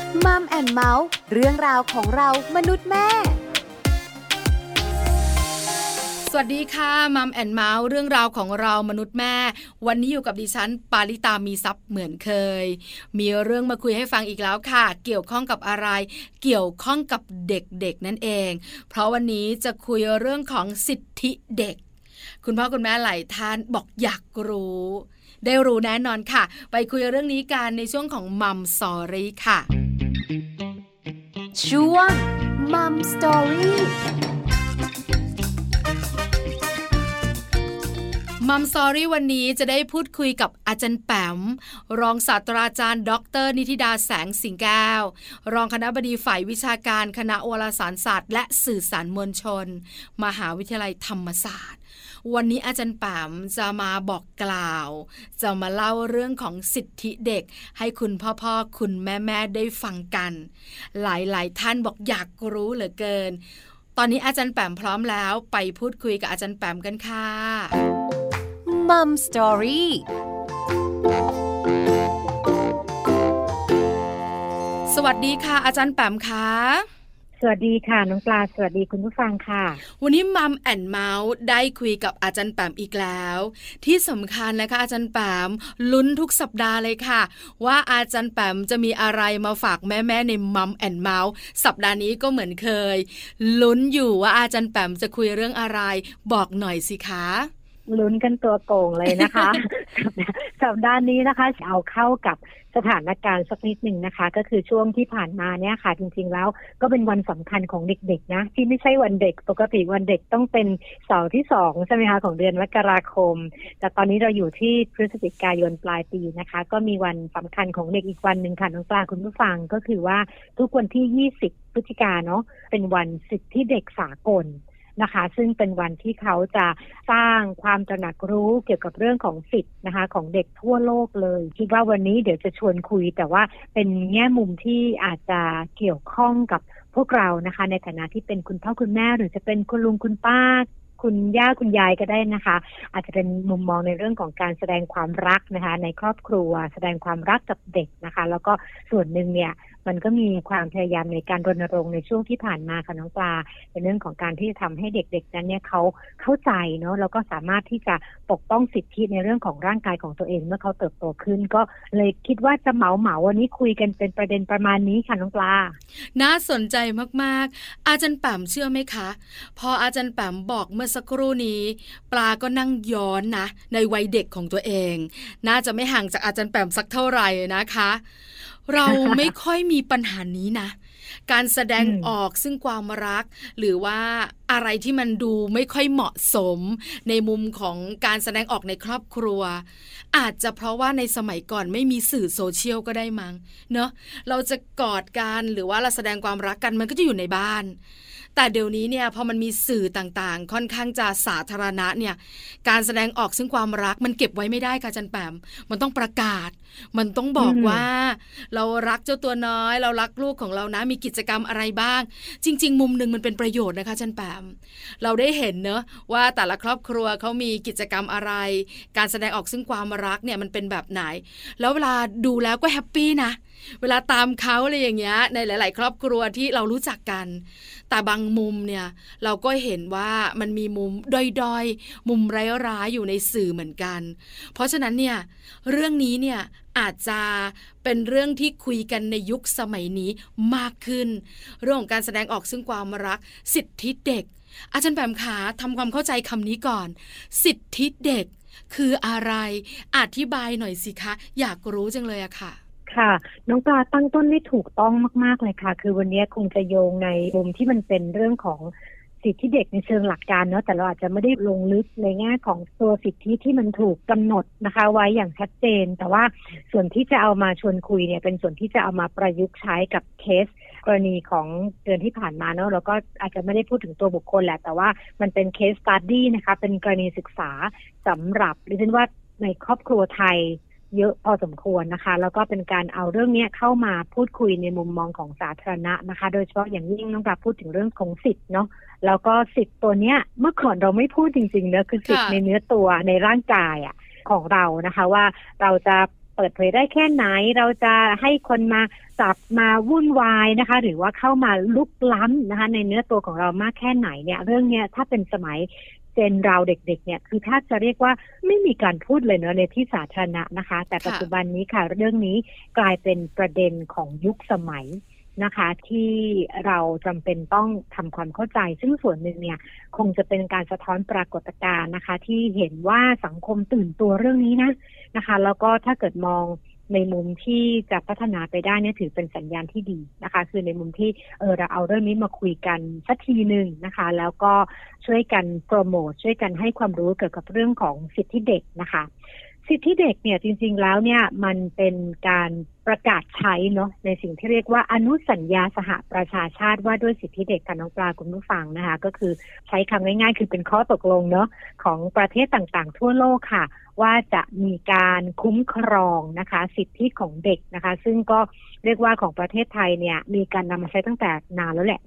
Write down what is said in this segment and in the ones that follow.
มัมแอนด์เมาส์เรื่องราวของเรามนุษย์แม่สวัสดีค่ะมัมแอนด์เมาส์เรื่องราวของเรามนุษย์แม่วันนี้อยู่กับดิฉันปาริตามีทรัพย์เหมือนเคยมีเรื่องมาคุยให้ฟังอีกแล้วค่ะเกี่ยวข้องกับอะไรเกี่ยวข้องกับเด็กๆนั่นเองเพราะวันนี้จะคุยเรื่องของสิทธิเด็กคุณพ่อคุณแม่หลายท่านบอกอยากรู้ได้รู้แน่นอนค่ะไปคุยเรื่องนี้กันในช่วงของมัมสอรี่ค่ะช่วงมัมสตอรี่มัมสอรี่วันนี้จะได้พูดคุยกับอาจารย์แปมรองศาสตราจารย์ดร.นิธิดาแสงสิงแก้วรองคณบดีฝ่ายวิชาการคณะวารสารศาสตร์และสื่อสารมวลชนมหาวิทยาลัยธรรมศาสตร์วันนี้อาจารย์แปมจะมาบอกกล่าวจะมาเล่าเรื่องของสิทธิเด็กให้คุณพ่อคุณแม่ได้ฟังกันหลายท่านบอกอยากรู้เหลือเกินตอนนี้อาจารย์แปมพร้อมแล้วไปพูดคุยกับอาจารย์แปมกันค่ะมัมสตอรี่สวัสดีค่ะอาจารย์แปมค่ะสวัสดีค่ะน้องปลาสวัสดีคุณผู้ฟังค่ะวันนี้มัมแอนด์เมาส์ได้คุยกับอาจารย์แปมอีกแล้วที่สำคัญนะคะอาจารย์แปมลุ้นทุกสัปดาห์เลยค่ะว่าอาจารย์แปมจะมีอะไรมาฝากแม่ในมัมแอนด์เมาส์สัปดาห์นี้ก็เหมือนเคยลุ้นอยู่ว่าอาจารย์แปมจะคุยเรื่องอะไรบอกหน่อยสิคะลุ้นกันตัวโก่งเลยนะคะ สัปดาห์นี้นะคะเอาเข้ากับสถานการณ์สักนิดหนึ่งนะคะก็คือช่วงที่ผ่านมาเนี่ยค่ะจริงๆแล้วก็เป็นวันสำคัญของเด็กๆนะที่ไม่ใช่วันเด็กปกติวันเด็กต้องเป็นเสาร์ที่2ใช่ไหมคะของเดือนมกราคมแต่ตอนนี้เราอยู่ที่พฤศจิกายนปลายปีนะคะก็มีวันสำคัญของเด็กอีกวันหนึ่งค่ะน้องปลาคุณผู้ฟังก็คือว่าทุกวันที่20พฤศจิกายนเนาะเป็นวันสิทธิเด็กสากลนะคะซึ่งเป็นวันที่เขาจะสร้างความตระหนักรู้เกี่ยวกับเรื่องของสิทธินะคะของเด็กทั่วโลกเลยคิดว่าวันนี้เดี๋ยวจะชวนคุยแต่ว่าเป็นแง่มุมที่อาจจะเกี่ยวข้องกับพวกเรานะคะในฐานะที่เป็นคุณพ่อคุณแม่หรือจะเป็นคุณลุงคุณป้าคุณย่าคุณยายก็ได้นะคะอาจจะเป็นมุมมองในเรื่องของการแสดงความรักนะคะในครอบครัวแสดงความรักกับเด็กนะคะแล้วก็ส่วนหนึ่งเนี่ยมันก็มีความพยายามในการรณรงค์ในช่วงที่ผ่านมาค่ะน้องปลาเป็นเรื่องของการที่จะทำให้เด็กๆนั้นเนี่ยเขาเข้าใจเนาะแล้วก็สามารถที่จะปกป้องสิทธิในเรื่องของร่างกายของตัวเองเมื่อเขาเติบโตขึ้นก็เลยคิดว่าจะเหมาวันนี้คุยกันเป็นประเด็นประมาณนี้ค่ะน้องปลาน่าสนใจมากๆอาจารย์แปมเชื่อไหมคะพออาจารย์แปมบอกเมื่อสักครู่นี้ปลาก็นั่งย้อนนะในวัยเด็กของตัวเองน่าจะไม่ห่างจากอาจารย์แปมสักเท่าไหร่นะคะเราไม่ค่อยมีปัญหานี้นะการแสดงออกซึ่งความรักหรือว่าอะไรที่มันดูไม่ค่อยเหมาะสมในมุมของการแสดงออกในครอบครัวอาจจะเพราะว่าในสมัยก่อนไม่มีสื่อโซเชียลก็ได้มั้งเนอะเราจะกอดกันหรือว่าเราแสดงความรักกันมันก็จะอยู่ในบ้านแต่เดี๋ยวนี้เนี่ยพอมันมีสื่อต่างๆค่อนข้างจะสาธารณะเนี่ยการแสดงออกซึ่งความรักมันเก็บไว้ไม่ได้ค่ะจันแปมมันต้องประกาศมันต้องบอกว่าเรารักเจ้าตัวน้อยเรารักลูกของเรานะมีกิจกรรมอะไรบ้างจริงๆมุมนึงมันเป็นประโยชน์นะคะจันแปมเราได้เห็นเนอะว่าแต่ละครอบครัวเขามีกิจกรรมอะไรการแสดงออกซึ่งความรักเนี่ยมันเป็นแบบไหนแล้วเวลาดูแล้วก็แฮปปี้นะเวลาตามเขาอะไรอย่างเงี้ยในหลายๆครอบครัวที่เรารู้จักกันแต่บางมุมเนี่ยเราก็เห็นว่ามันมีมุมด้อยๆมุมร้ายๆอยู่ในสื่อเหมือนกันเพราะฉะนั้นเนี่ยเรื่องนี้เนี่ยอาจจะเป็นเรื่องที่คุยกันในยุคสมัยนี้มากขึ้นเรื่องของการแสดงออกซึ่งความรักสิทธิเด็กอาจารย์แปมขาทำความเข้าใจคำนี้ก่อนสิทธิเด็กคืออะไรอธิบายหน่อยสิคะอยากรู้จังเลยอะค่ะค่ะน้องปลาตั้งต้นได้ถูกต้องมากๆเลยค่ะคือวันนี้คงจะโยงในมุมที่มันเป็นเรื่องของสิทธิเด็กในเชิงหลักการเนาะแต่เราอาจจะไม่ได้ลงลึกในแง่ของตัวสิทธิที่มันถูกกำหนดนะคะไว้อย่างชัดเจนแต่ว่าส่วนที่จะเอามาชวนคุยเนี่ยเป็นส่วนที่จะเอามาประยุกต์ใช้กับเคสกรณีของเดือนที่ผ่านมาเนาะแล้วก็อาจจะไม่ได้พูดถึงตัวบุคคลแหละแต่ว่ามันเป็นเคสสตั๊ดดี้นะคะเป็นกรณีศึกษาสำหรับดิฉันว่าในครอบครัวไทยเยอะพอสมควรนะคะแล้วก็เป็นการเอาเรื่องนี้เข้ามาพูดคุยในมุมมองของสาธารณะนะคะโดยเฉพาะอย่างยิ่งน้องปลาพูดถึงเรื่องของสิทธิ์เนาะแล้วก็สิทธิ์ตัวเนี้ยเมื่อก่อนเราไม่พูดจริงๆนะคือสิทธิ์ในเนื้อตัวในร่างกายของเรานะคะว่าเราจะเปิดเผยได้แค่ไหนเราจะให้คนมาจับมาวุ่นวายนะคะหรือว่าเข้ามาลุกล้ำนะคะในเนื้อตัวของเรามากแค่ไหนเนี่ยเรื่องเนี้ยถ้าเป็นสมัยเจนเราเด็กๆเนี่ยคือถ้าจะเรียกว่าไม่มีการพูดเลยเนอะในที่สาธารณะนะคะแต่ปัจจุบันนี้ค่ะเรื่องนี้กลายเป็นประเด็นของยุคสมัยนะคะที่เราจำเป็นต้องทำความเข้าใจซึ่งส่วนหนึ่งเนี่ยคงจะเป็นการสะท้อนปรากฏการณ์นะคะที่เห็นว่าสังคมตื่นตัวเรื่องนี้นะคะแล้วก็ถ้าเกิดมองในมุมที่จะพัฒนาไปได้เนี่ยถือเป็นสัญญาณที่ดีนะคะคือในมุมที่เราเอาเรื่องนี้มาคุยกันสักทีหนึ่งนะคะแล้วก็ช่วยกันโปรโมทช่วยกันให้ความรู้เกี่ยวกับเรื่องของสิทธิเด็กนะคะสิทธิเด็กเนี่ยจริงๆแล้วเนี่ยมันเป็นการประกาศใช้เนาะในสิ่งที่เรียกว่าอนุสัญญาสหประชาชาติว่าด้วยสิทธิเด็กกับน้องปลาคุณผู้ฟังนะคะก็คือใช้คำง่ายๆคือเป็นข้อตกลงเนาะของประเทศต่างๆทั่วโลกค่ะว่าจะมีการคุ้มครองนะคะสิทธิของเด็กนะคะซึ่งก็เรียกว่าของประเทศไทยเนี่ยมีการนำมาใช้ตั้งแต่นานแล้วแหละ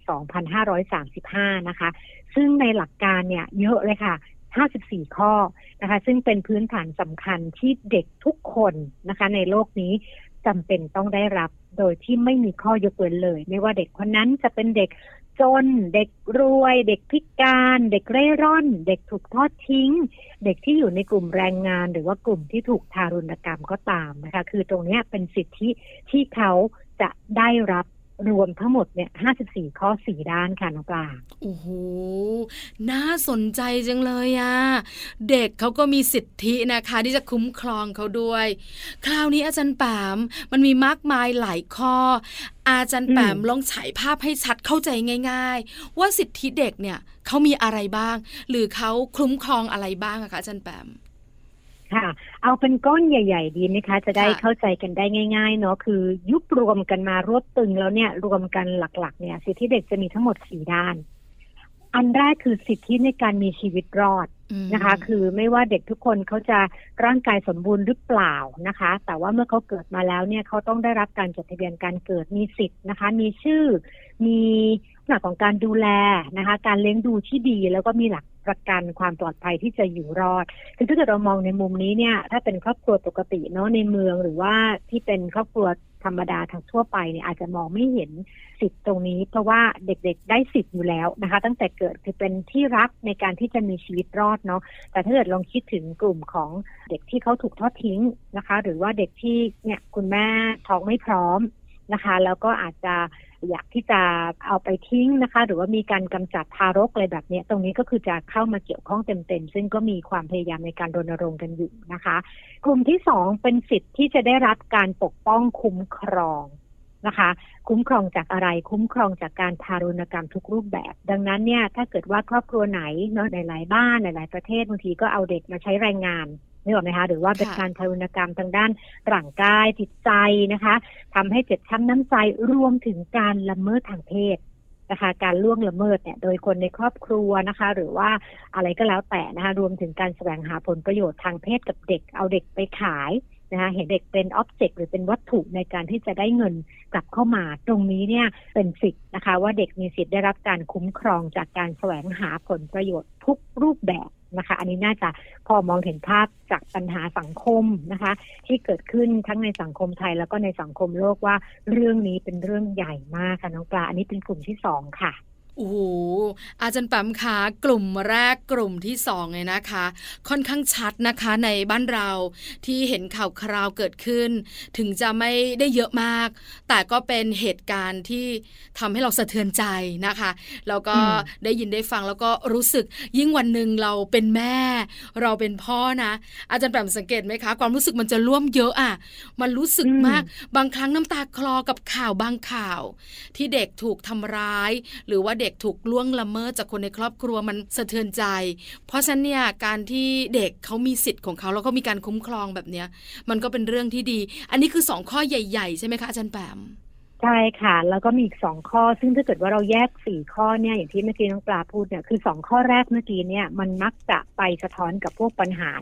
2535 นะคะซึ่งในหลักการเนี่ยเยอะเลยค่ะ54 ข้อนะคะซึ่งเป็นพื้นฐานสำคัญที่เด็กทุกคนนะคะในโลกนี้จำเป็นต้องได้รับโดยที่ไม่มีข้อยกเว้นเลยไม่ว่าเด็กคนนั้นจะเป็นเด็กจนเด็กรวยเด็กพิการเด็กเร่ร่อนเด็กถูกทอดทิ้งเด็กที่อยู่ในกลุ่มแรงงานหรือว่ากลุ่มที่ถูกทารุณกรรมก็ตามนะคะคือตรงนี้เป็นสิทธิที่เขาจะได้รับรวมทั้งหมดเนี่ย54 ข้อ 4 ด้านค่ะน้องปลาโอ้โหน่าสนใจจังเลยอ่ะเด็กเขาก็มีสิทธินะคะที่จะคุ้มครองเขาด้วยคราวนี้อาจารย์แปมมันมีมากมายหลายข้ออาจารย์แปมลองฉายภาพให้ชัดเข้าใจง่ายๆว่าสิทธิเด็กเนี่ยเขามีอะไรบ้างหรือเขาคุ้มครองอะไรบ้างอะคะอาจารย์แปมค่ะเอาเป็นก้อนใหญ่ๆดีไหมคะจะได้เข้าใจกันได้ง่ายๆเนาะคือยุบรวมกันมารวบตึงแล้วเนี่ยรวมกันหลักๆเนี่ยสิทธิเด็กจะมีทั้งหมด4 ด้านอันแรกคือสิทธิในการมีชีวิตรอดนะคะคือไม่ว่าเด็กทุกคนเขาจะร่างกายสมบูรณ์หรือเปล่านะคะแต่ว่าเมื่อเขาเกิดมาแล้วเนี่ยเขาต้องได้รับการจดทะเบียนการเกิดมีสิทธิ์นะคะมีชื่อมีหลักของการดูแลนะคะการเลี้ยงดูที่ดีแล้วก็มีหลักประกันความปลอดภัยที่จะอยู่รอดคือถ้าเกิดเรามองในมุมนี้เนี่ยถ้าเป็นครอบครัวปกติเนาะในเมืองหรือว่าที่เป็นครอบครัวธรรมดาทางทั่วไปเนี่ยอาจจะมองไม่เห็นสิทธิ์ตรงนี้เพราะว่าเด็กๆได้สิทธิ์อยู่แล้วนะคะตั้งแต่เกิดคือเป็นที่รักในการที่จะมีชีวิตรอดเนาะแต่ถ้าเกิดลองคิดถึงกลุ่มของเด็กที่เขาถูกทอดทิ้งนะคะหรือว่าเด็กที่เนี่ยคุณแม่ท้องไม่พร้อมนะคะแล้วก็อาจจะอยากที่จะเอาไปทิ้งนะคะหรือว่ามีการกำจัดทารกอะไรแบบนี้ตรงนี้ก็คือจะเข้ามาเกี่ยวข้องเต็มๆซึ่งก็มีความพยายามในการรณรงค์กันอยู่นะคะกลุ่มที่2เป็นสิทธิ์ที่จะได้รับการปกป้องคุ้มครองนะคะคุ้มครองจากอะไรคุ้มครองจากการทารุณกรรมทุกรูปแบบดังนั้นเนี่ยถ้าเกิดว่าครอบครัวไหนเนาะหลายๆบ้านหลายๆประเทศบางทีก็เอาเด็กมาใช้แรงงานนึกออกไหมคะหรือว่าเป็นการทารุณกรรมทางด้านร่างกายจิตใจนะคะทำให้เจ็บช้ำน้ำใจรวมถึงการละเมิดทางเพศนะคะการล่วงละเมิดเนี่ยโดยคนในครอบครัวนะคะหรือว่าอะไรก็แล้วแต่นะคะรวมถึงการแสวงหาผลประโยชน์ทางเพศกับเด็กเอาเด็กไปขายนะคะเห็นเด็กเป็นอ็อบเจกต์หรือเป็นวัตถุในการที่จะได้เงินกลับเข้ามาตรงนี้เนี่ยเป็นสิทธิ์นะคะว่าเด็กมีสิทธิ์ได้รับการคุ้มครองจากการแสวงหาผลประโยชน์ทุกรูปแบบนะคะอันนี้น่าจะพอมองเห็นภาพจากปัญหาสังคมนะคะที่เกิดขึ้นทั้งในสังคมไทยแล้วก็ในสังคมโลกว่าเรื่องนี้เป็นเรื่องใหญ่มากค่ะน้องปลาอันนี้เป็นกลุ่มที่2ค่ะโอ้โหอาจารย์แปมคะกลุ่มแรกกลุ่มที่2เลยนะคะค่อนข้างชัดนะคะในบ้านเราที่เห็นข่าวคราวเกิดขึ้นถึงจะไม่ได้เยอะมากแต่ก็เป็นเหตุการณ์ที่ทำให้เราสะเทือนใจนะคะแล้วก็ได้ยินได้ฟังแล้วก็รู้สึกยิ่งวันหนึ่งเราเป็นแม่เราเป็นพ่อนะอาจารย์แปมสังเกตไหมคะความรู้สึกมันจะร่วมเยอะอ่ะมันรู้สึกมากบางครั้งน้ำตาคลอกับข่าวบางข่าวที่เด็กถูกทำร้ายหรือว่าเด็กถูกล่วงละเมิดจากคนในครอบครัวมันสะเทือนใจเพราะฉะนั้นเนี่ยการที่เด็กเขามีสิทธิ์ของเขาแล้วก็มีการคุ้มครองแบบเนี้ยมันก็เป็นเรื่องที่ดีอันนี้คือ2ข้อใหญ่ๆใช่ไหมคะอาจารย์แปมใช่ค่ะแล้วก็มีอีก2ข้อซึ่งถ้าเกิดว่าเราแยก4ข้อเนี่ยอย่างที่เมื่อกี้น้องปลาพูดเนี่ยคือ2ข้อแรกเมื่อกี้เนี่ยมันมักจะไปสะท้อนกับพวกปัญหาเนาะ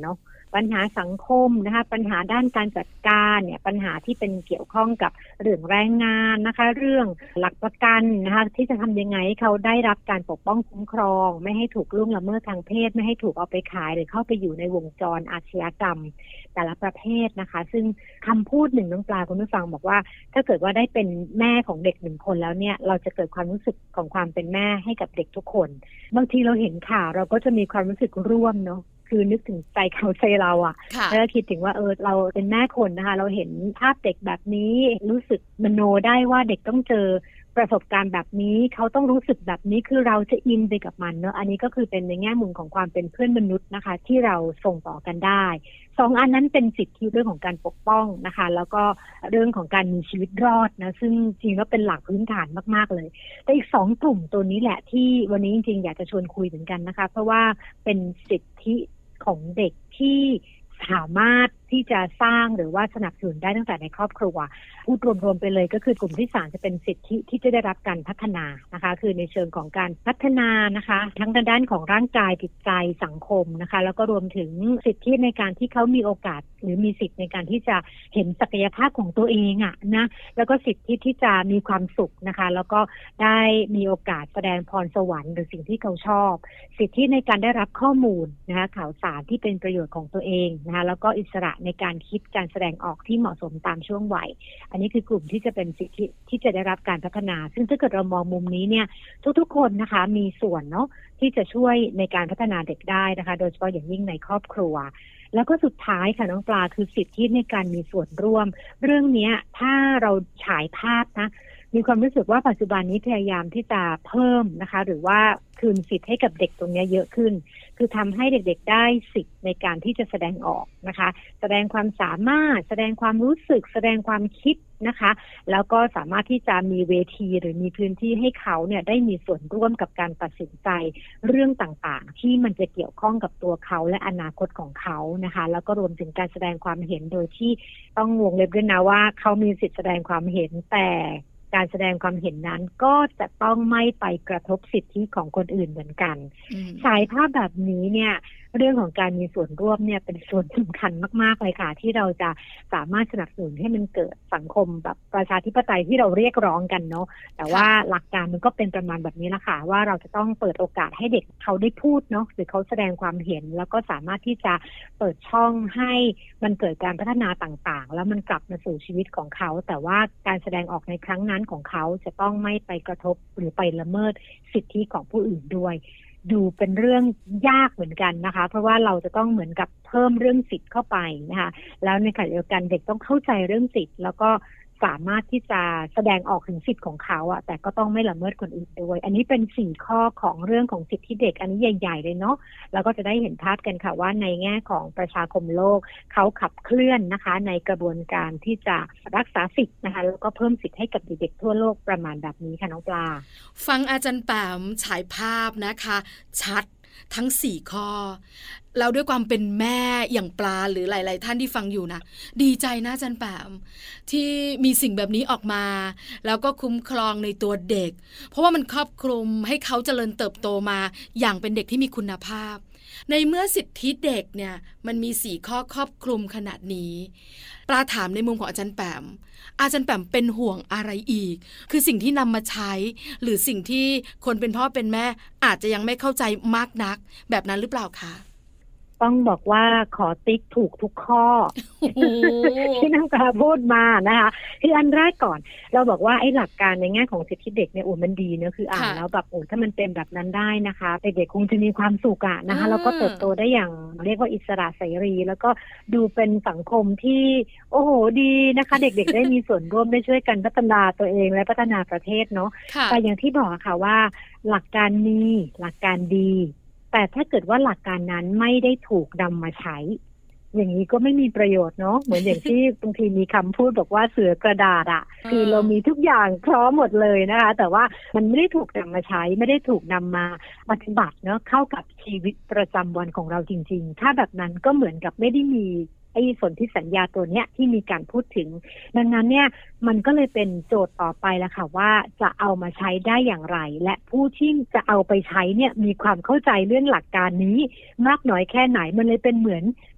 ปัญหาสังคมนะคะปัญหาด้านการจัดการเนี่ยปัญหาที่เป็นเกี่ยวข้องกับเรื่องแรงงานนะคะเรื่องหลักประกันนะคะที่จะทำยังไงให้เขาได้รับการปกป้องคุ้มครองไม่ให้ถูกล่วงละเมิดทางเพศไม่ให้ถูกเอาไปขายหรือเข้าไปอยู่ในวงจรอาชญากรรมแต่ละประเภทนะคะซึ่งคำพูดหนึ่งน้องปลาคุณผู้ฟังบอกว่าถ้าเกิดว่าได้เป็นแม่ของเด็ก1 คนแล้วเนี่ยเราจะเกิดความรู้สึกของความเป็นแม่ให้กับเด็กทุกคนบางทีเราเห็นข่าวเราก็จะมีความรู้สึกร่วมเนาะคือนึกถึงใจเขาใจเราอ่ะแล้วก็คิดถึงว่าเราเป็นแม่คนนะคะเราเห็นภาพเด็กแบบนี้รู้สึกมโนได้ว่าเด็กต้องเจอประสบการณ์แบบนี้เขาต้องรู้สึกแบบนี้คือเราจะอินไปกับมันเนอะอันนี้ก็คือเป็นในแง่มุมของความเป็นเพื่อนมนุษย์นะคะที่เราส่งต่อกันได้2 อันนั้นเป็นสิทธิเรื่องของการปกป้องนะคะแล้วก็เรื่องของการมีชีวิตรอดนะซึ่งจริงแล้วเป็นหลักพื้นฐานมากๆเลยแต่อีก2 กลุ่มตัวนี้แหละที่วันนี้จริงๆอยากจะชวนคุยเหมือนกันนะคะเพราะว่าเป็นสิทธิของเด็กที่สามารถที่จะสร้างหรือว่าสนับสนุนได้ตั้งแต่ในครอบครัวพูดรวมๆไปเลยก็คือกลุ่มที่3จะเป็นสิทธิที่จะได้รับการพัฒนานะคะคือในเชิงของการพัฒนานะคะทั้งด้านของร่างกายจิตใจสังคมนะคะแล้วก็รวมถึงสิทธิในการที่เขามีโอกาสหรือมีสิทธิในการที่จะเห็นศักยภาพของตัวเองนะแล้วก็สิทธิที่จะมีความสุขนะคะแล้วก็ได้มีโอกาสแสดงพรสวรรค์หรือสิ่งที่เขาชอบสิทธิในการได้รับข้อมูลนะคะข่าวสารที่เป็นประโยชน์ของตัวเองนะคะแล้วก็อิสระในการคิดการแสดงออกที่เหมาะสมตามช่วงวัยอันนี้คือกลุ่มที่จะเป็นสิทธิที่จะได้รับการพัฒนาซึ่งถ้าเกิดเรามองมุมนี้เนี่ยทุกๆคนนะคะมีส่วนเนาะที่จะช่วยในการพัฒนาเด็กได้นะคะโดยเฉพาะอย่างยิ่งในครอบครัวแล้วก็สุดท้ายค่ะน้องปลาคือสิทธิในการมีส่วนร่วมเรื่องนี้ถ้าเราฉายภาพนะมีความรู้สึกว่าปัจจุบันนี้พยายามที่จะเพิ่มนะคะหรือว่าคืนสิทธิ์ให้กับเด็กตรงนี้เยอะขึ้นคือทำให้เด็กๆได้สิทธิ์ในการที่จะแสดงออกนะคะแสดงความสามารถแสดงความรู้สึกแสดงความคิดนะคะแล้วก็สามารถที่จะมีเวทีหรือมีพื้นที่ให้เขาเนี่ยได้มีส่วนร่วมกับการตัดสินใจเรื่องต่างๆที่มันจะเกี่ยวข้องกับตัวเขาและอนาคตของเขานะคะแล้วก็รวมถึงการแสดงความเห็นโดยที่ต้องวงเล็บด้วยนะว่าเขามีสิทธิแสดงความเห็นแต่การแสดงความเห็นนั้นก็จะต้องไม่ไปกระทบสิทธิของคนอื่นเหมือนกันฉายภาพแบบนี้เนี่ยเรื่องของการมีส่วนร่วมเนี่ยเป็นส่วนสำคัญมากๆเลยค่ะที่เราจะสามารถสนับสนุนให้มันเกิดสังคมแบบประชาธิปไตยที่เราเรียกร้องกันเนาะแต่ว่าหลักการมันก็เป็นประมาณแบบนี้ละค่ะว่าเราจะต้องเปิดโอกาสให้เด็กเขาได้พูดเนาะหรือเขาแสดงความเห็นแล้วก็สามารถที่จะเปิดช่องให้มันเกิดการพัฒนาต่างๆแล้วมันกลับมาสู่ชีวิตของเขาแต่ว่าการแสดงออกในครั้งนั้นของเขาจะต้องไม่ไปกระทบหรือไปละเมิดสิทธิของผู้อื่นด้วยดูเป็นเรื่องยากเหมือนกันนะคะเพราะว่าเราจะต้องเหมือนกับเพิ่มเรื่องสิทธิ์เข้าไปนะคะแล้วในขณะเดียวกันเด็กต้องเข้าใจเรื่องสิทธิ์แล้วก็สามารถที่จะแสดงออกถึงสิทธิ์ของเขาแต่ก็ต้องไม่ละเมิดคนอื่นด้วยอันนี้เป็น4 ข้อของเรื่องของสิทธิเด็กอันนี้ใหญ่ๆเลยเนาะแล้วก็จะได้เห็นภาพกันค่ะว่าในแง่ของประชาคมโลกเขาขับเคลื่อนนะคะในกระบวนการที่จะรักษาสิทธิ์นะคะแล้วก็เพิ่มสิทธิ์ให้กับเด็กๆทั่วโลกประมาณแบบนี้ค่ะน้องปลาฟังอาจารย์แปมฉายภาพนะคะชัดทั้ง4 ข้อแล้วด้วยความเป็นแม่อย่างปลาหรือหลายๆท่านที่ฟังอยู่นะดีใจนะอาจารย์แปมที่มีสิ่งแบบนี้ออกมาแล้วก็คุ้มครองในตัวเด็กเพราะว่ามันครอบคลุมให้เขาเจริญเติบโตมาอย่างเป็นเด็กที่มีคุณภาพในเมื่อสิทธิเด็กเนี่ยมันมี4 ข้อครอบคลุมขนาดนี้ปลาถามในมุมของอาจารย์แปมเป็นห่วงอะไรอีกคือสิ่งที่นำมาใช้หรือสิ่งที่คนเป็นพ่อเป็นแม่อาจจะยังไม่เข้าใจมากนักแบบนั้นหรือเปล่าคะต้องบอกว่าขอติ๊กถูกทุกข้อ ที่น้องปลาพูดมานะคะคืออันแรกก่อนเราบอกว่าไอ้หลักการในแง่ของสิทธิเด็กเนี่ยมันดีเนอะคืออ่านแล้วแบบถ้ามันเป็นแบบนั้นได้นะคะเด็กๆคงจะมีความสุขนะคะแล้วก็เติบโตได้อย่างเรียกว่าอิสระเสรีแล้วก็ดูเป็นสังคมที่โอ้โหดีนะคะเด็กๆได้มีส่วนร่วมได้ช่วยกันพัฒนาตัวเองและพัฒนาประเทศเนาะแต่อย่างที่บอกค่ะว่าหลักการมีหลักการดีแต่ถ้าเกิดว่าหลักการนั้นไม่ได้ถูกนำมาใช้อย่างนี้ก็ไม่มีประโยชน์เนาะเหมือนอย่างที่บางทีมีคำพูดบอกว่าเสือกระดาษคือเรามีทุกอย่างพร้อมหมดเลยนะคะแต่ว่ามันไม่ได้ถูกนำมาใช้ไม่ได้ถูกนำมาปฏิบัติเนาะเข้ากับชีวิตประจำวันของเราจริงๆถ้าแบบนั้นก็เหมือนกับไม่ได้มีไอ้สนธิสัญญาตัวเนี้ยที่มีการพูดถึงดังนั้นเนี่ยมันก็เลยเป็นโจทย์ต่อไปแล้วค่ะว่าจะเอามาใช้ได้อย่างไรและผู้ที่จะเอาไปใช้เนี่ยมีความเข้าใจเรื่องหลักการนี้มากน้อยแค่ไหนมันเลยเป็นเหมือน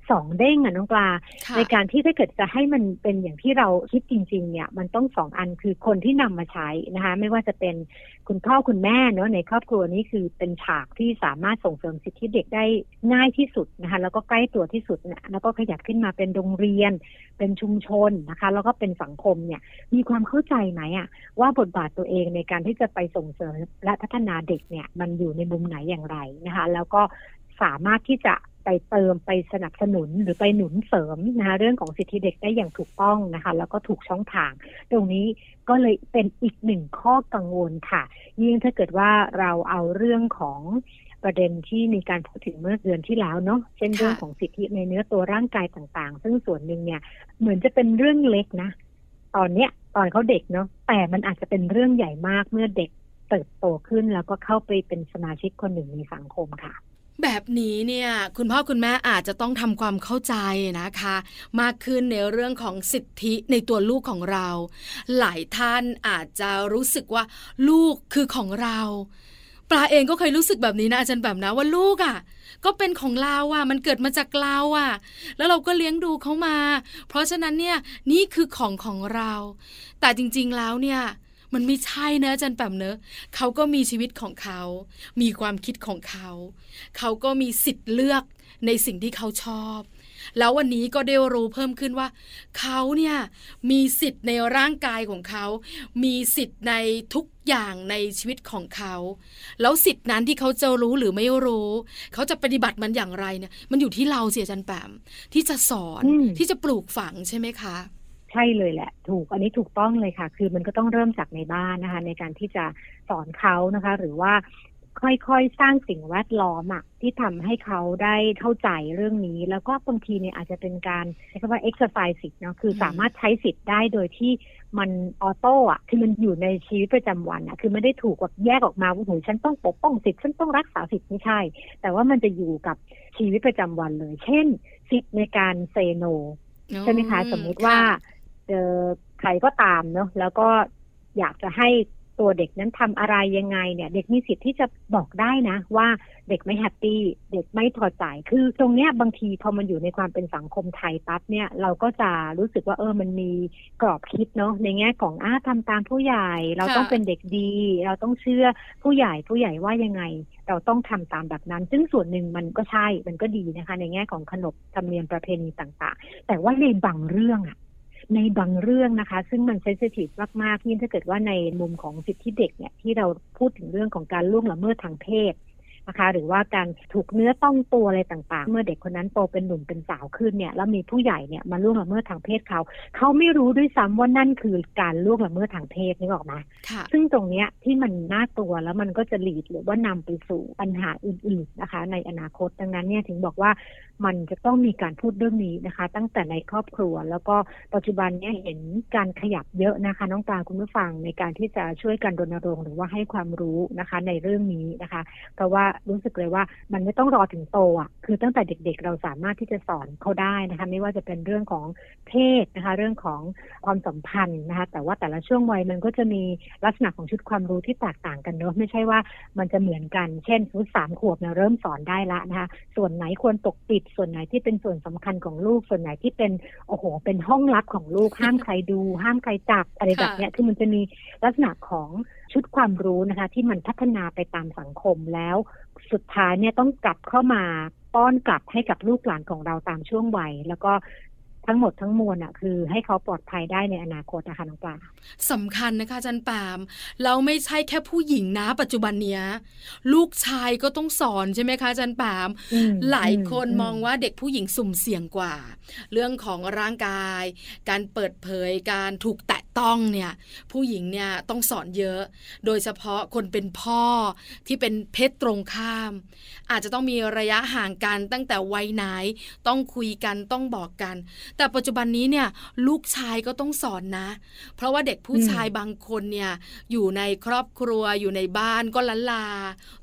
2 เด้งน้องปลาในการที่ถ้าเกิดจะให้มันเป็นอย่างที่เราคิดจริงๆเนี่ยมันต้อง2 อันคือคนที่นำมาใช้นะคะไม่ว่าจะเป็นคุณพ่อคุณแม่เนาะในครอบครัวนี้คือเป็นฉากที่สามารถส่งเสริมสิทธิเด็กได้ง่ายที่สุดนะคะแล้วก็ใกล้ตัวที่สุดนะแล้วก็ขยับขึ้นมาเป็นโรงเรียนเป็นชุมชนนะคะแล้วก็เป็นสังคมเนี่ยมีความเข้าใจไหมว่าบทบาทตัวเองในการที่จะไปส่งเสริมและพัฒนาเด็กเนี่ยมันอยู่ในมุมไหนอย่างไรนะคะแล้วก็สามารถที่จะไปเติมไปสนับสนุนหรือไปหนุนเสริมนะคะเรื่องของสิทธิเด็กได้อย่างถูกต้องนะคะแล้วก็ถูกช่องทางตรงนี้ก็เลยเป็นอีก1 ข้อกังวลค่ะยิ่งถ้าเกิดว่าเราเอาเรื่องของประเด็นที่มีการพูดถึงเมื่อเดือนที่แล้วเนาะเช่นเรื่องของสิทธิในเนื้อตัวร่างกายต่างๆซึ่งส่วนหนึ่งเนี่ยเหมือนจะเป็นเรื่องเล็กนะตอนเขาเด็กเนาะแต่มันอาจจะเป็นเรื่องใหญ่มากเมื่อเด็กเติบโตขึ้นแล้วก็เข้าไปเป็นสมาชิกคนหนึ่งในสังคมค่ะแบบนี้เนี่ยคุณพ่อคุณแม่อาจจะต้องทำความเข้าใจนะคะมากขึ้นในเรื่องของสิทธิในตัวลูกของเราหลายท่านอาจจะรู้สึกว่าลูกคือของเราปลาเองก็เคยรู้สึกแบบนี้นะอาจารย์แบบนะว่าลูกก็เป็นของเรามันเกิดมาจากเราแล้วเราก็เลี้ยงดูเขามาเพราะฉะนั้นเนี่ยนี่คือของเราแต่จริงๆแล้วเนี่ยมันไม่ใช่นะอาจารย์แปมเนอะเขาก็มีชีวิตของเขามีความคิดของเขาเขาก็มีสิทธิ์เลือกในสิ่งที่เขาชอบแล้ววันนี้ก็ได้รู้เพิ่มขึ้นว่าเขาเนี่ยมีสิทธิ์ในร่างกายของเขามีสิทธิ์ในทุกอย่างในชีวิตของเขาแล้วสิทธิ์นั้นที่เขาจะรู้หรือไม่รู้เขาจะปฏิบัติมันอย่างไรเนี่ยมันอยู่ที่เราเสียอาจารย์แปมที่จะสอนที่จะปลูกฝังใช่ไหมคะใช่เลยแหละถูกอันนี้ถูกต้องเลยค่ะคือมันก็ต้องเริ่มจากในบ้านนะคะในการที่จะสอนเขานะคะหรือว่าค่อยๆสร้างสิ่งแวดล้อมที่ทำให้เขาได้เข้าใจเรื่องนี้แล้วก็บางทีเนี่ยอาจจะเป็นการเรียกว่า exercise สิทธิ์เนาะคือสามารถใช้สิทธิ์ได้โดยที่มันออโต้คือมันอยู่ในชีวิตประจำวันคือไม่ได้ถูกแบบแยกออกมาว่าโหฉันต้องปกป้องสิทธิ์ฉันต้องรักษาสิทธิ์ไม่ใช่แต่ว่ามันจะอยู่กับชีวิตประจำวันเลยเช่นสิทธิ์ในการเซโนใช่ไหมคะสมมุติว่าใครก็ตามเนาะแล้วก็อยากจะให้ตัวเด็กนั้นทำอะไรยังไงเนี่ยเด็กมีสิทธิ์ที่จะบอกได้นะว่าเด็กไม่แฮปปี้เด็กไม่พอใจคือตรงเนี้ยบางทีพอมันอยู่ในความเป็นสังคมไทยปั๊บเนี่ยเราก็จะรู้สึกว่ามันมีกรอบคิดเนาะในแง่ของทำตามผู้ใหญ่เราต้องเป็นเด็กดีเราต้องเชื่อผู้ใหญ่ว่ายังไงเราต้องทำตามแบบนั้นซึ่งส่วนหนึ่งมันก็ใช่มันก็ดีนะคะในแง่ของขนบธรรมเนียมประเพณีต่างๆแต่ว่าในบางเรื่องนะคะซึ่งมันเซนซิทีฟมากๆยิ่งถ้าเกิดว่าในมุมของสิทธิเด็กเนี่ยที่เราพูดถึงเรื่องของการล่วงละเมิดทางเพศนะคะหรือว่าการถูกเนื้อต้องตัวอะไรต่างๆเมื่อเด็กคนนั้นโตเป็นหนุ่มเป็นสาวขึ้นเนี่ยแล้วมีผู้ใหญ่เนี่ยมาล่วงละเมิดทางเพศเขาไม่รู้ด้วยซ้ำว่านั่นคือการล่วงละเมิดทางเพศนึกออกไหมซึ่งตรงเนี้ยที่มันน่ากลัวแล้วมันก็จะหลีดหรือว่านำไปสู่ปัญหาอื่นๆนะคะในอนาคตดังนั้นเนี่ยถึงบอกว่ามันจะต้องมีการพูดเรื่องนี้นะคะตั้งแต่ในครอบครัวแล้วก็ปัจจุบันเนี่ยเห็นการขยับเยอะนะคะน้องปลาคุณผู้ฟังในการที่จะช่วยกันรณรงค์หรือว่าให้ความรู้นะคะในเรื่องนี้นะคะเพราะว่ารู้สึกเลยว่ามันไม่ต้องรอถึงโตคือตั้งแต่เด็กๆเราสามารถที่จะสอนเขาได้นะคะไม่ว่าจะเป็นเรื่องของเพศนะคะเรื่องของความสัมพันธ์นะคะแต่ว่าแต่ละช่วงวัยมันก็จะมีลักษณะของชุดความรู้ที่แตกต่างกันเนอะไม่ใช่ว่ามันจะเหมือนกันเช่น3 ขวบเนี่ยเริ่มสอนได้ละนะคะส่วนไหนควรปกปิดส่วนไหนที่เป็นส่วนสำคัญของลูกส่วนไหนที่เป็นเป็นห้องลับของลูกห้ามใครดูห้ามใครจับอะไรแบบนี้คือมันจะมีลักษณะของชุดความรู้นะคะที่มันพัฒนาไปตามสังคมแล้วสุดท้ายเนี่ยต้องกลับเข้ามาป้อนกลับให้กับลูกหลานของเราตามช่วงวัยแล้วก็ทั้งหมดทั้งมวลคือให้เขาปลอดภัยได้ในอนาคตนะคะน้องปลาสำคัญนะคะอาจารย์ปามแล้วไม่ใช่แค่ผู้หญิงนะปัจจุบันเนี้ยลูกชายก็ต้องสอนใช่ไหมคะอาจารย์ปามหลายคนมองว่าเด็กผู้หญิงสุ่มเสี่ยงกว่าเรื่องของร่างกายการเปิดเผยการถูกแตะต้องเนี่ยผู้หญิงเนี่ยต้องสอนเยอะโดยเฉพาะคนเป็นพ่อที่เป็นเพศตรงข้ามอาจจะต้องมีระยะห่างกันตั้งแต่วัยไหนต้องคุยกันต้องบอกกันแต่ปัจจุบันนี้เนี่ยลูกชายก็ต้องสอนนะเพราะว่าเด็กผู้ชายบางคนเนี่ยอยู่ในครอบครัวอยู่ในบ้านก็ละลาโต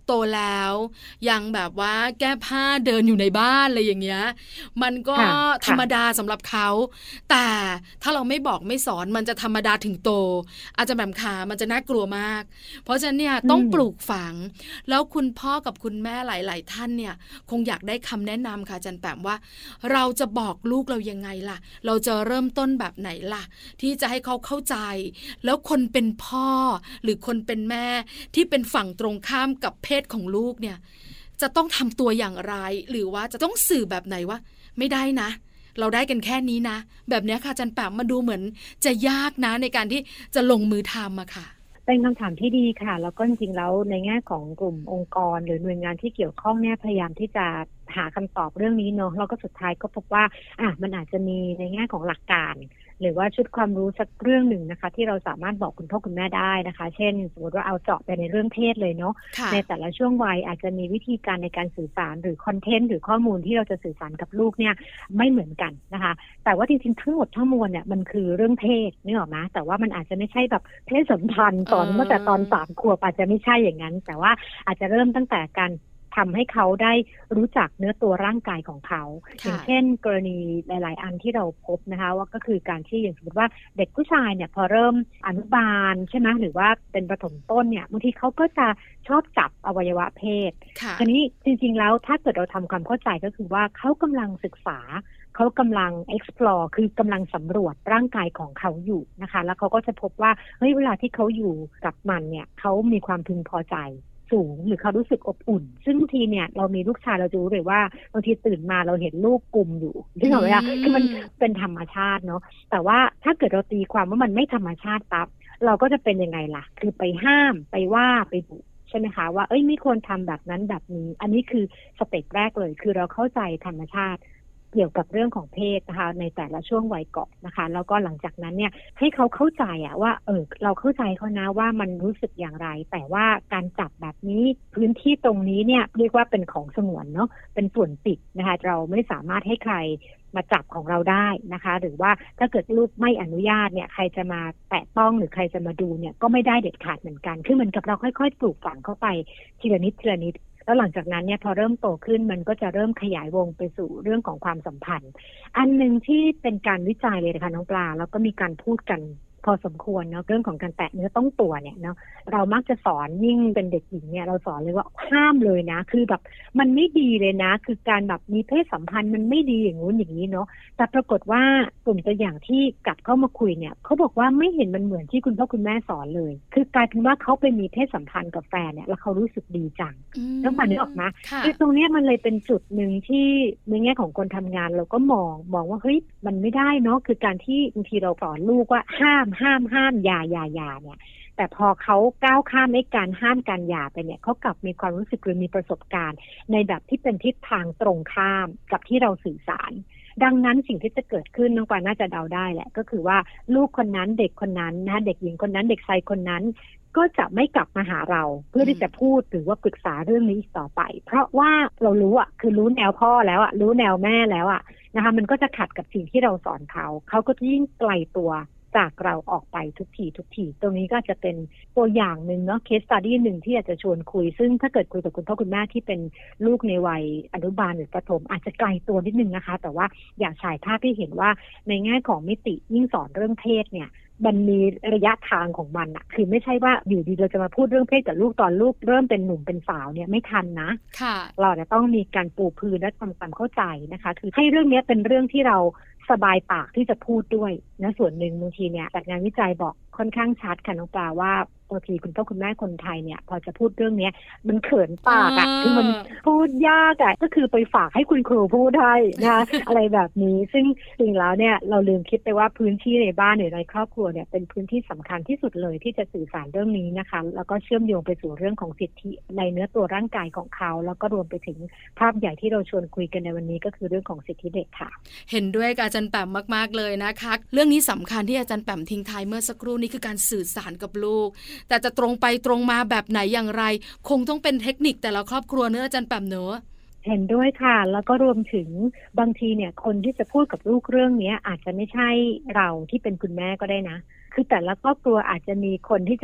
โตแล้วยังแบบว่าแก้ผ้าเดินอยู่ในบ้านอะไรอย่างเงี้ยมันก็ธรรมดาสำหรับเขาแต่ถ้าเราไม่บอกไม่สอนมันจะธรรมดาถึงโตอาจจะแบบขามันจะน่ากลัวมากเพราะฉะนั้นเนี่ยต้องปลูกฝังแล้วคุณพ่อกับคุณแม่หลายๆท่านเนี่ยคงอยากได้คำแนะนำค่ะอาจารย์แปมว่าเราจะบอกลูกเรายังไงล่ะเราจะเริ่มต้นแบบไหนล่ะที่จะให้เขาเข้าใจแล้วคนเป็นพ่อหรือคนเป็นแม่ที่เป็นฝั่งตรงข้ามกับเพศของลูกเนี่ยจะต้องทำตัวอย่างไรหรือว่าจะต้องสื่อแบบไหนว่าไม่ได้นะเราได้กันแค่นี้นะแบบนี้ค่ะอาจารย์แปมมาดูเหมือนจะยากนะในการที่จะลงมือทำอะค่ะเป็นคำถามที่ดีค่ะแล้วก็จริงๆแล้วในแง่ของกลุ่มองค์กรหรือหน่วยงานที่เกี่ยวข้องเนี่ยพยายามที่จะหาคำตอบเรื่องนี้เนาะแล้วก็สุดท้ายก็พบว่ามันอาจจะมีในแง่ของหลักการหรือว่าชุดความรู้สักเรื่องหนึ่งนะคะที่เราสามารถบอกคุณพ่อคุณแม่ได้นะคะเช่นสมมติว่าเอาเจาะไปในเรื่องเพศเลยเนาะในแต่ละช่วงวัยอาจจะมีวิธีการในการสื่อสารหรือคอนเทนต์หรือข้อมูลที่เราจะสื่อสารกับลูกเนี่ยไม่เหมือนกันนะคะแต่ว่าจริงๆทั้งหมดทั้งมวลเนี่ยมันคือเรื่องเพศนึกออกไหมแต่ว่ามันอาจจะไม่ใช่แบบเพศสัมพันธ์สอนเมื่อแต่ตอน3 ขวบอาจจะไม่ใช่อย่างนั้นแต่ว่าอาจจะเริ่มตั้งแต่การทำให้เขาได้รู้จักเนื้อตัวร่างกายของเขาอย่างเช่นกรณีหลายๆอันที่เราพบนะคะว่าก็คือการที่อย่างสมมติว่าเด็กผู้ชายเนี่ยพอเริ่มอนุบาลใช่ไหมหรือว่าเป็นประถมต้นเนี่ยบางทีเขาก็จะชอบจับอวัยวะเพศทีนี้จริงๆแล้วถ้าเกิดเราทำความเข้าใจก็คือว่าเขากำลังศึกษาเขากำลัง explore คือกำลังสำรวจร่างกายของเขาอยู่นะคะแล้วเขาก็จะพบว่าเฮ้ยเวลาที่เขาอยู่กับมันเนี่ยเขามีความพึงพอใจสูงหรือเขารู้สึกอบอุ่นซึ่งบางทีเนี่ยเรามีลูกชายเราจะรู้เลยว่าบางทีตื่นมาเราเห็นลูกกุมอยู่ที่เหรอเนี่ยคือมันเป็นธรรมชาติเนาะแต่ว่าถ้าเกิดเราตีความว่ามันไม่ธรรมชาติปั๊บเราก็จะเป็นยังไงล่ะคือไปห้ามไปว่าไปดุใช่ไหมคะว่าไม่ควรทำแบบนั้นแบบนี้อันนี้คือสเต็ปแรกเลยคือเราเข้าใจธรรมชาติเกี่ยวกับเรื่องของเพศนะคะในแต่ละช่วงวัยก่อนนะคะแล้วก็หลังจากนั้นเนี่ยให้เขาเข้าใจว่าเราเข้าใจเขานะว่ามันรู้สึกอย่างไรแต่ว่าการจับแบบนี้พื้นที่ตรงนี้เนี่ยเรียกว่าเป็นของสงวนเนาะเป็นส่วนปิดนะคะเราไม่สามารถให้ใครมาจับของเราได้นะคะหรือว่าถ้าเกิดลูกไม่อนุญาตเนี่ยใครจะมาแตะต้องหรือใครจะมาดูเนี่ยก็ไม่ได้เด็ดขาดเหมือนกันคือเหมือนกับเราค่อยๆปลูกฝังเข้าไปทีละนิดทีละนิดแล้วหลังจากนั้นเนี่ยพอเริ่มโตขึ้นมันก็จะเริ่มขยายวงไปสู่เรื่องของความสัมพันธ์อันนึงที่เป็นการวิจัยเลยนะคะน้องปลาแล้วก็มีการพูดกันพอสมควรเนาะเรื่องของการแตะเนื้อต้องตัวเนี่ยเนาะเรามักจะสอนยิ่งเป็นเด็กหญิงเนี่ยเราสอนเลยว่าห้ามเลยนะคือแบบมันไม่ดีเลยนะคือการแบบมีเพศสัมพันธ์มันไม่ดีอย่างนู้นอย่างนี้เนาะแต่ปรากฏว่ากลุ่มตัวอย่างที่กลับเข้ามาคุยเนี่ยเขาบอกว่าไม่เห็นมันเหมือนที่คุณพ่อคุณแม่สอนเลยคือกลายเป็นว่าเขาไปมีเพศสัมพันธ์กับแฟนเนี่ยแล้วเขารู้สึกดีจังแล้วมันนึกออกมาคือตรงนี้มันเลยเป็นจุดหนึ่งที่ในแง่ของคนทำงานเราก็มองว่าเฮ้ยมันไม่ได้เนาะคือการที่บางทีเราสอนลูกว่าห้ามอย่าเนี่ยแต่พอเขาก้าวข้ามในการห้ามการหย่าไปเนี่ยเขากลับมีความรู้สึกหรือมีประสบการณ์ในแบบที่เป็นทิศทางตรงข้ามกับที่เราสื่อสารดังนั้นสิ่งที่จะเกิดขึ้นน้องปาน่าจะเดาได้แหละก็คือว่าลูกคนนั้นเด็กคนนั้นนะเด็กหญิงคนนั้นเด็กชายคนนั้นก็จะไม่กลับมาหาเราเพื่อที่จะพูดหรือว่าปรึกษาเรื่องนี้อีกต่อไปเพราะว่าเรารู้คือรู้แนวพ่อแล้วรู้แนวแม่แล้วนะคะมันก็จะขัดกับสิ่งที่เราสอนเขาก็จะยิ่งไกลตัวจากเราออกไปทุกทีตรงนี้ก็จะเป็นตัวอย่างหนึ่งเนาะเคสสตัดดี้หนึ่งที่อยากจะชวนคุยซึ่งถ้าเกิดคุยกับคุณพ่อคุณแม่ที่เป็นลูกในวัยอนุบาลหรือประถมอาจจะไกลตัวนิดนึงนะคะแต่ว่าอยากฉายภาพที่เห็นว่าในแง่ของมิติยิ่งสอนเรื่องเพศเนี่ยมันมีระยะทางของมันคือไม่ใช่ว่าอยู่ดีเราจะมาพูดเรื่องเพศกับลูกตอนลูกเริ่มเป็นหนุ่มเป็นสาวเนี่ยไม่ทันนะเราจะต้องมีการปูพื้นและทำความเข้าใจนะคะคือให้เรื่องนี้เป็นเรื่องที่เราสบายปากที่จะพูดด้วยนะส่วนหนึ่งบางทีเนี่ยจากงานวิจัยบอกค่อนข้างชัดค่ะน้องปลาว่าบางทีคุณพ่อคุณแม่คนไทยเนี่ยพอจะพูดเรื่องนี้มันเขินปากคือมันพูดยากก็คือไปฝากให้คุณครูพูดให้นะอะไรแบบนี้ซึ่งจริงแล้วเนี่ยเราลืมคิดไปว่าพื้นที่ในบ้านหรือในครอบครัวเนี่ยเป็นพื้นที่สำคัญที่สุดเลยที่จะสื่อสารเรื่องนี้นะคะแล้วก็เชื่อมโยงไปสู่เรื่องของสิทธิในเนื้อตัวร่างกายของเขาแล้วก็รวมไปถึงภาพใหญ่ที่เราชวนคุยกันในวันนี้ก็คือเรื่องของสิทธิเด็กค่ะเห็นด้วยกับอาจารย์แปมมากๆเลยนะคะเรื่องนี้สำคัญที่อาจารย์แปมทิ้งท้ายเมื่อสักครู่นี้คือการสื่อสารกับลูกแต่จะตรงไปตรงมาแบบไหนอย่างไรคงต้องเป็นเทคนิคแต่ละครอบครัวเนอะอาจารย์แปมเนอะเห็นด้วยค่ะแล้วก็รวมถึงบางทีเนี่ยคนที่จะพูดกับลูกเรื่องนี้อาจจะไม่ใช่เราที่เป็นคุณแม่ก็ได้นะคือแต่ละครอบครัวอาจจะมีคนที่จะไป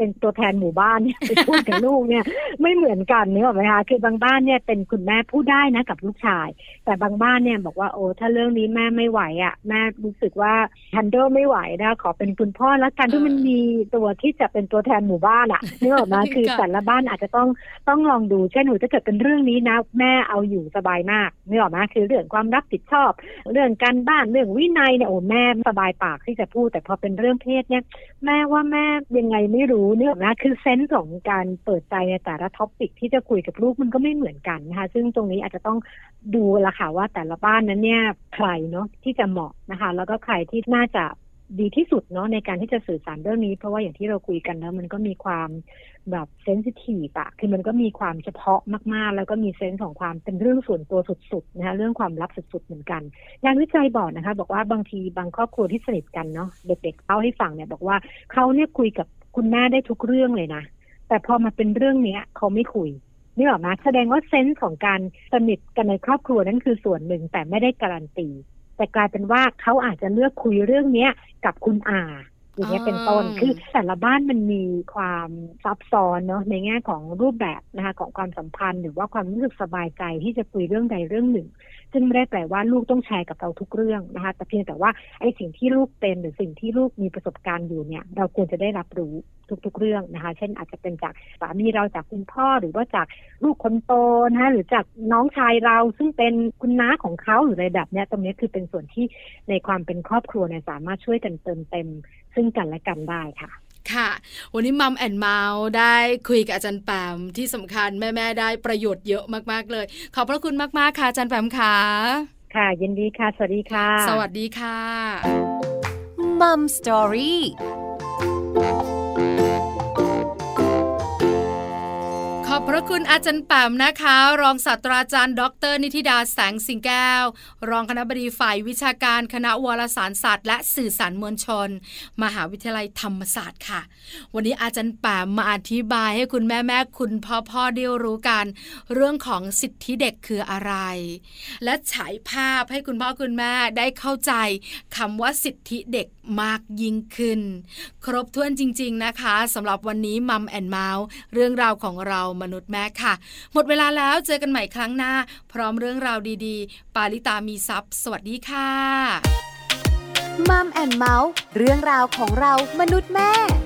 เป็นตัวแทนหมู่บ้านเนี่ยไปพูดกับลูกเนี่ยไม่เหมือนกันนึกออกไหมคะคือบางบ้านเนี่ยเป็นคุณแม่พูดได้นะกับลูกชายแต่บางบ้านเนี่ยบอกว่าโอ้ถ้าเรื่องนี้แม่ไม่ไหวอ่ะแม่รู้สึกว่าฮันเดิลไม่ไหวนะขอเป็นคุณพ่อแล้วกันที่มันมีตัวที่จะเป็นตัวแทนหมู่บ้านอ่ะนึกออกไหมคือแต่ละบ้านอาจจะต้องลองดูเช่นหนูถ้าเกิดเป็นเรื่องนี้นะแม่เอาอยู่สบายมากนึกออกไหมคือเรื่องความรับผิดชอบเรื่องการบ้านเรื่องวินัยเนี่ยโอ้แม่สบายปากที่จะพูดแต่พอเป็นเรื่องเพศเนี่ยแม่ว่าแม่ยังไงไม่รู้นึกออกไหมคือเซนส์ของการเปิดใจในแต่ละท็อปิกที่จะคุยกับลูกมันก็ไม่เหมือนกันนะคะซึ่งตรงนี้อาจจะต้องดูละค่ะว่าแต่ละบ้านนั้นเนี่ยใครเนาะที่จะเหมาะนะคะแล้วก็ใครที่น่าจะดีที่สุดเนาะในการที่จะสื่อสารเรื่องนี้เพราะว่าอย่างที่เราคุยกันแล้วมันก็มีความแบบเซนซิทีฟอะคือมันก็มีความเฉพาะมากๆแล้วก็มีเซนส์ของความเป็นเรื่องส่วนตัวสุดๆนะคะเรื่องความลับสุดๆเหมือนกันงานวิจัยบอกนะคะบอกว่าบางทีบางครอบครัวที่สนิทกันเนาะเด็กๆเล่าให้ฟังเนี่ยบอกว่าเขาเนี่ยคุยกับคุณแม่ได้ทุกเรื่องเลยนะแต่พอมาเป็นเรื่องนี้เขาไม่คุยนี่หรอมาแสดงว่าเซนส์ของการสนิทกันในครอบครัวนั้นคือส่วนหนึ่งแต่ไม่ได้การันตีแต่กลายเป็นว่าเขาอาจจะเลือกคุยเรื่องนี้กับคุณอาอย่างนี้เป็นต้นคือแต่ละบ้านมันมีความซับซ้อนเนาะในแง่ของรูปแบบนะคะของความสัมพันธ์หรือว่าความรู้สึกสบายใจที่จะคุยเรื่องใดเรื่องหนึ่งซึ่งไม่ได้แปลว่าลูกต้องแชร์กับเราทุกเรื่องนะคะแต่เพียงแต่ว่าไอ้สิ่งที่ลูกเป็นหรือสิ่งที่ลูกมีประสบการณ์อยู่เนี่ยเราควรจะได้รับรู้ทุกๆเรื่องนะคะเช่นอาจจะเป็นจากสามีเราจากคุณพ่อหรือว่าจากลูกคนโตนะคะหรือจากน้องชายเราซึ่งเป็นคุณน้าของเขาหรืออะไรแบบเนี้ยตรงนี้คือเป็นส่วนที่ในความเป็นครอบครัวเนี่ยสามารถช่วยกันเติมเต็มซึ่งกันและกันได้ค่ะค่ะวันนี้มัมแอนด์เมาส์ได้คุยกับอาจารย์แปมที่สำคัญแม่ๆได้ประโยชน์เยอะมากๆเลยขอบพระคุณมากๆค่ะอาจารย์แปมค่ะค่ะยินดีค่ะสวัสดีค่ะสวัสดีค่ะมัมสตอรี่ขอบพระคุณอาจารย์แปมนะคะรองศาสตราจารย์ดร.นิธิดาแสงสิงแก้วรองคณบดีฝ่ายวิชาการคณะวารสารศาสตร์และสื่อสารมวลชนมหาวิทยาลัยธรรมศาสตร์ค่ะวันนี้อาจารย์แปมมาอธิบายให้คุณแม่ๆคุณพ่อได้รู้กันเรื่องของสิทธิเด็กคืออะไรและฉายภาพให้คุณพ่อคุณแม่ได้เข้าใจคำว่าสิทธิเด็กมากยิ่งขึ้นครบถ้วนจริงๆนะคะสำหรับวันนี้มัมแอนด์เมาส์เรื่องราวของเรามนุษย์แม่ค่ะหมดเวลาแล้วเจอกันใหม่ครั้งหน้าพร้อมเรื่องราวดีๆปาริตามีทรัพย์สวัสดีค่ะมัมแอนด์เมาส์เรื่องราวของเรามนุษย์แม่